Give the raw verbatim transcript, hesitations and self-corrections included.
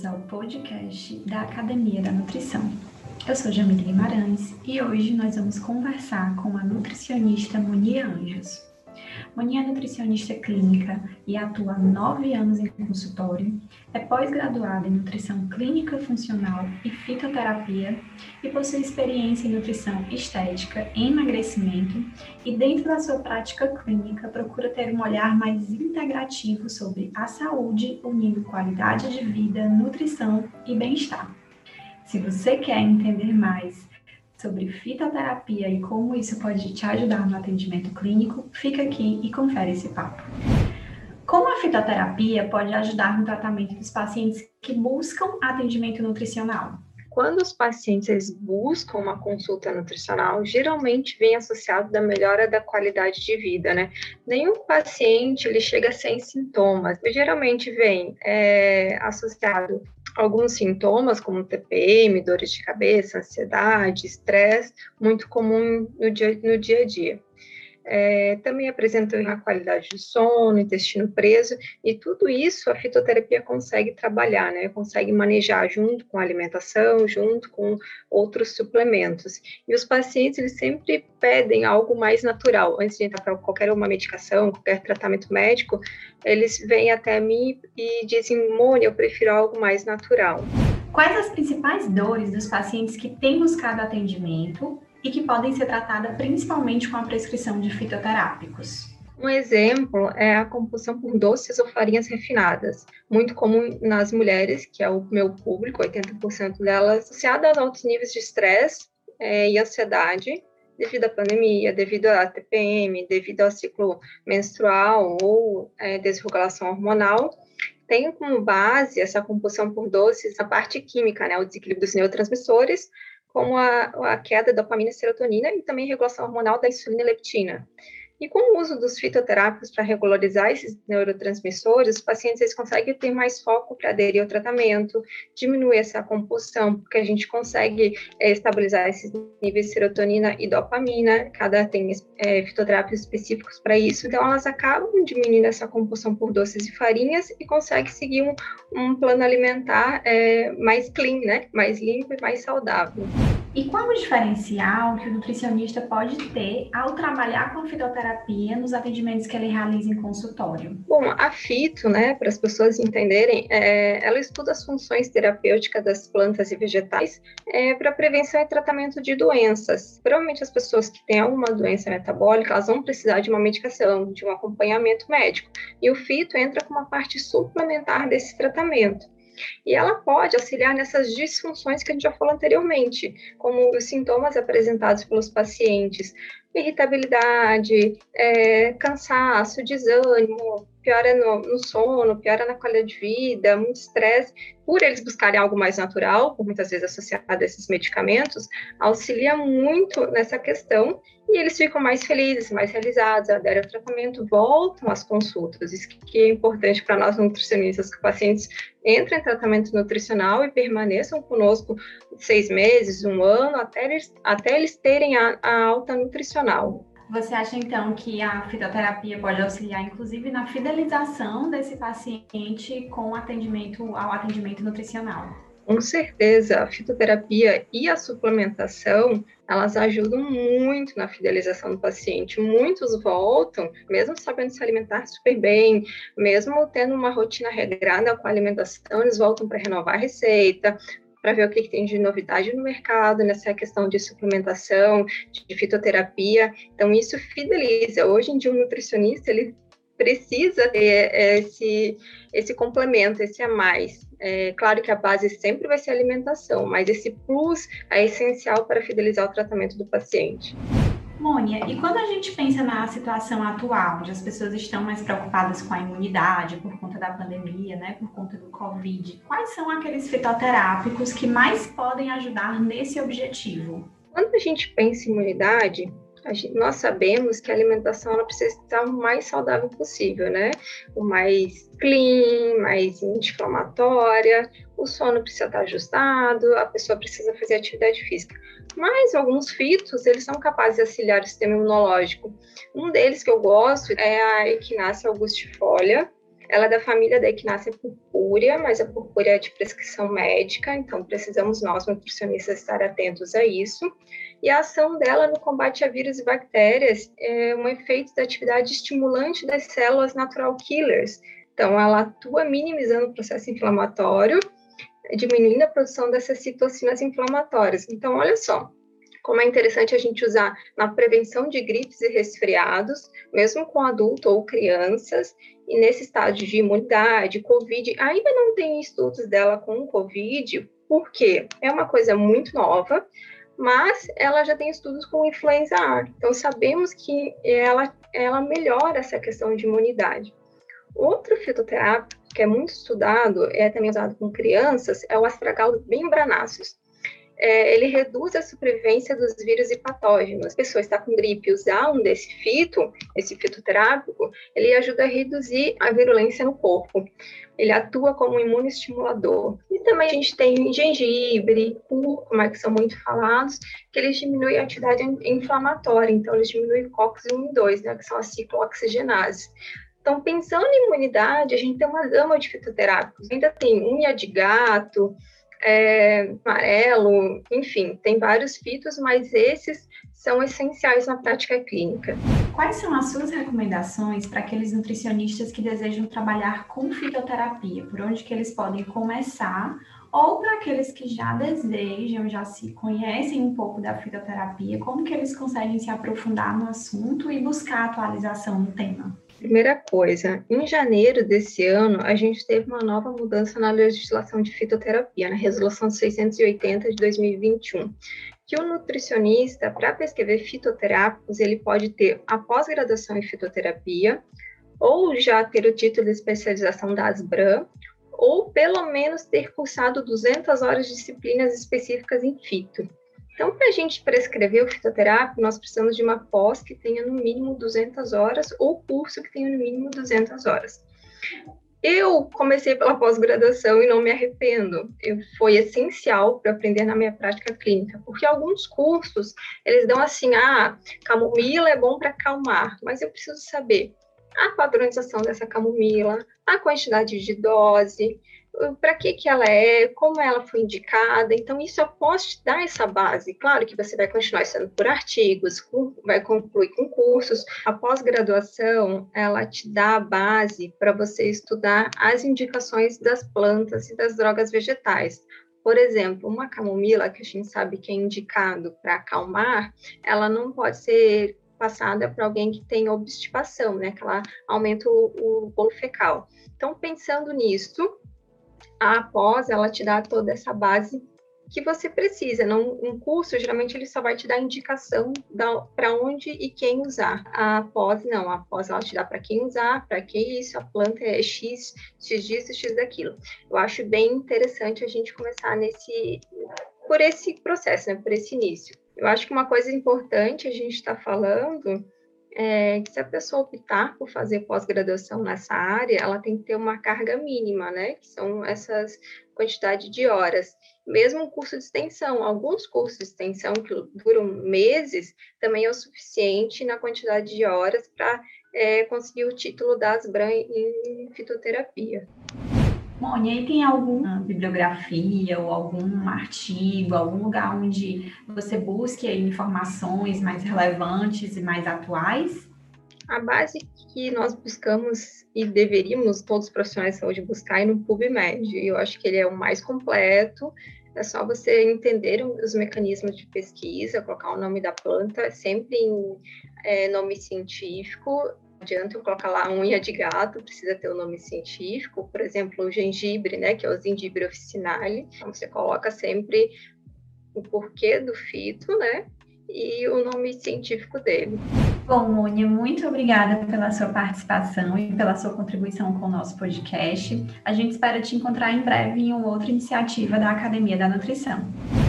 ao podcast da Academia da Nutrição. Eu sou Jamile Guimarães e hoje nós vamos conversar com a nutricionista Monia Anjos. Monia é nutricionista clínica e atua há nove anos em consultório, é pós-graduada em nutrição clínica funcional e fitoterapia e possui experiência em nutrição estética, em emagrecimento e dentro da sua prática clínica procura ter um olhar mais integrativo sobre a saúde, unindo qualidade de vida, nutrição e bem-estar. Se você quer entender mais sobre fitoterapia e como isso pode te ajudar no atendimento clínico, fica aqui e confere esse papo. Como a fitoterapia pode ajudar no tratamento dos pacientes que buscam atendimento nutricional? Quando os pacientes eles buscam uma consulta nutricional, geralmente vem associado da melhora da qualidade de vida, né? Nenhum paciente ele chega sem sintomas, geralmente vem é, associado a alguns sintomas como T P M, dores de cabeça, ansiedade, estresse, muito comum no dia, no dia a dia. É, também apresentam a qualidade do sono, intestino preso, e tudo isso a fitoterapia consegue trabalhar, né? Consegue manejar junto com a alimentação, junto com outros suplementos. E os pacientes, eles sempre pedem algo mais natural. Antes de entrar para qualquer uma medicação, qualquer tratamento médico, eles vêm até mim e dizem, Mônia, eu prefiro algo mais natural. Quais as principais dores dos pacientes que têm buscado atendimento e que podem ser tratadas principalmente com a prescrição de fitoterápicos? Um exemplo é a compulsão por doces ou farinhas refinadas, muito comum nas mulheres, que é o meu público, oitenta por cento delas, associada aos altos níveis de estresse é, e ansiedade, devido à pandemia, devido à T P M, devido ao ciclo menstrual ou é, desregulação hormonal. Tem como base essa compulsão por doces a parte química, né, o desequilíbrio dos neurotransmissores, como a, a queda da dopamina e serotonina e também a regulação hormonal da insulina e leptina. E com o uso dos fitoterápicos para regularizar esses neurotransmissores, os pacientes eles conseguem ter mais foco para aderir ao tratamento, diminuir essa compulsão, porque a gente consegue é, estabilizar esses níveis de serotonina e dopamina, cada tem é, fitoterápicos específicos para isso, então elas acabam diminuindo essa compulsão por doces e farinhas e conseguem seguir um, um plano alimentar é, mais clean, né? Mais limpo e mais saudável. E qual o diferencial que o nutricionista pode ter ao trabalhar com a fitoterapia nos atendimentos que ele realiza em consultório? Bom, a fito, né, para as pessoas entenderem, é, ela estuda as funções terapêuticas das plantas e vegetais é, para prevenção e tratamento de doenças. Provavelmente as pessoas que têm alguma doença metabólica, elas vão precisar de uma medicação, de um acompanhamento médico. E o fito entra como uma parte suplementar desse tratamento. E ela pode auxiliar nessas disfunções que a gente já falou anteriormente, como os sintomas apresentados pelos pacientes, irritabilidade, é, cansaço, desânimo, piora no, no sono, piora na qualidade de vida, muito estresse. Por eles buscarem algo mais natural, por muitas vezes associado a esses medicamentos, auxilia muito nessa questão e eles ficam mais felizes, mais realizados, aderem ao tratamento, voltam às consultas. Isso que é importante para nós nutricionistas, que os pacientes entrem em tratamento nutricional e permaneçam conosco seis meses, um ano, até eles, até eles terem a, a alta nutricional. Você acha, então, que a fitoterapia pode auxiliar, inclusive, na fidelização desse paciente com atendimento ao atendimento nutricional? Com certeza, a fitoterapia e a suplementação, elas ajudam muito na fidelização do paciente. Muitos voltam, mesmo sabendo se alimentar super bem, mesmo tendo uma rotina regrada com a alimentação, eles voltam para renovar a receita, para ver o que, que tem de novidade no mercado, nessa questão de suplementação, de fitoterapia. Então, isso fideliza. Hoje em dia, um nutricionista, ele precisa ter esse, esse complemento, esse a mais. É claro que a base sempre vai ser a alimentação, mas esse plus é essencial para fidelizar o tratamento do paciente. Mônia, e quando a gente pensa na situação atual, onde as pessoas estão mais preocupadas com a imunidade por conta da pandemia, né, por conta do Covid, quais são aqueles fitoterápicos que mais podem ajudar nesse objetivo? Quando a gente pensa em imunidade, a gente, nós sabemos que a alimentação ela precisa estar o mais saudável possível, né? O mais clean, mais anti-inflamatória, o sono precisa estar ajustado, a pessoa precisa fazer atividade física. Mas alguns fitos, eles são capazes de auxiliar o sistema imunológico. Um deles que eu gosto é a Echinacea augustifolia, Ela é da família da Echinacea purpúrea, mas a purpúrea é de prescrição médica, então precisamos nós, nutricionistas, estar atentos a isso. E a ação dela no combate a vírus e bactérias é um efeito da atividade estimulante das células natural killers. Então, ela atua minimizando o processo inflamatório, diminuindo a produção dessas citocinas inflamatórias. Então, olha só, como é interessante a gente usar na prevenção de gripes e resfriados, mesmo com adulto ou crianças, e nesse estágio de imunidade, Covid, ainda não tem estudos dela com Covid, porque é uma coisa muito nova, mas ela já tem estudos com influenza A. Então, sabemos que ela, ela melhora essa questão de imunidade. Outro fitoterápico que é muito estudado, é também usado com crianças, é o Astragalus membranaceus. É, ele reduz a sobrevivência dos vírus e patógenos. A pessoa está com gripe, usar um desse fito, esse fitoterápico, ele ajuda a reduzir a virulência no corpo. Ele atua como um imunoestimulador. E também a gente tem gengibre, cúrcuma, que são muito falados, que eles diminuem a atividade inflamatória. Então, eles diminuem o COX um e dois, né, que são as ciclooxigenases. Então, pensando em imunidade, a gente tem uma gama de fitoterápicos. Ainda tem unha de gato, É, amarelo, enfim, tem vários fitos, mas esses são essenciais na prática clínica. Quais são as suas recomendações para aqueles nutricionistas que desejam trabalhar com fitoterapia? Por onde que eles podem começar? Ou para aqueles que já desejam, já se conhecem um pouco da fitoterapia, como que eles conseguem se aprofundar no assunto e buscar atualização no tema? Primeira coisa, em janeiro desse ano, a gente teve uma nova mudança na legislação de fitoterapia, na Resolução seiscentos e oitenta de dois mil e vinte e um, que o nutricionista, para prescrever fitoterápicos, ele pode ter a pós-graduação em fitoterapia, ou já ter o título de especialização da ASBRAM, ou pelo menos ter cursado duzentas horas de disciplinas específicas em fito. Então, para a gente prescrever o fitoterápico, nós precisamos de uma pós que tenha no mínimo duzentas horas ou curso que tenha no mínimo duzentas horas. Eu comecei pela pós-graduação e não me arrependo. Eu, foi essencial para aprender na minha prática clínica, porque alguns cursos, eles dão assim, ah, camomila é bom para acalmar, mas eu preciso saber a padronização dessa camomila, a quantidade de dose, para que que ela é, como ela foi indicada. Então, isso eu posso te dar essa base. Claro que você vai continuar estudando por artigos, vai concluir com cursos. A pós-graduação, ela te dá a base para você estudar as indicações das plantas e das drogas vegetais. Por exemplo, uma camomila, que a gente sabe que é indicado para acalmar, ela não pode ser passada para alguém que tem obstipação, né? Que ela aumenta o, o bolo fecal. Então, pensando nisso, a pós, ela te dá toda essa base que você precisa. Não, um curso, geralmente, ele só vai te dar indicação para onde e quem usar. A pós, não. A pós, ela te dá para quem usar, para que isso, a planta é X, X disso, X daquilo. Eu acho bem interessante a gente começar nesse, por esse processo, né? Por esse início. Eu acho que uma coisa importante a gente está falando é que se a pessoa optar por fazer pós-graduação nessa área, ela tem que ter uma carga mínima, né? Que são essas quantidade de horas. Mesmo um curso de extensão, alguns cursos de extensão que duram meses, também é o suficiente na quantidade de horas para é, conseguir o título da ASBRAM em fitoterapia. Bom, e aí tem alguma bibliografia ou algum artigo, algum lugar onde você busque informações mais relevantes e mais atuais? A base que nós buscamos e deveríamos todos os profissionais de saúde buscar é no PubMed. Eu acho que ele é o mais completo. É só você entender os mecanismos de pesquisa, colocar o nome da planta, sempre em é, nome científico. Não adianta eu colocar lá unha de gato, precisa ter o nome científico. Por exemplo, o gengibre, né, que é o Zingibre officinale. Então, você coloca sempre o porquê do fito, né, e o nome científico dele. Bom, Mônia, muito obrigada pela sua participação e pela sua contribuição com o nosso podcast. A gente espera te encontrar em breve em uma outra iniciativa da Academia da Nutrição.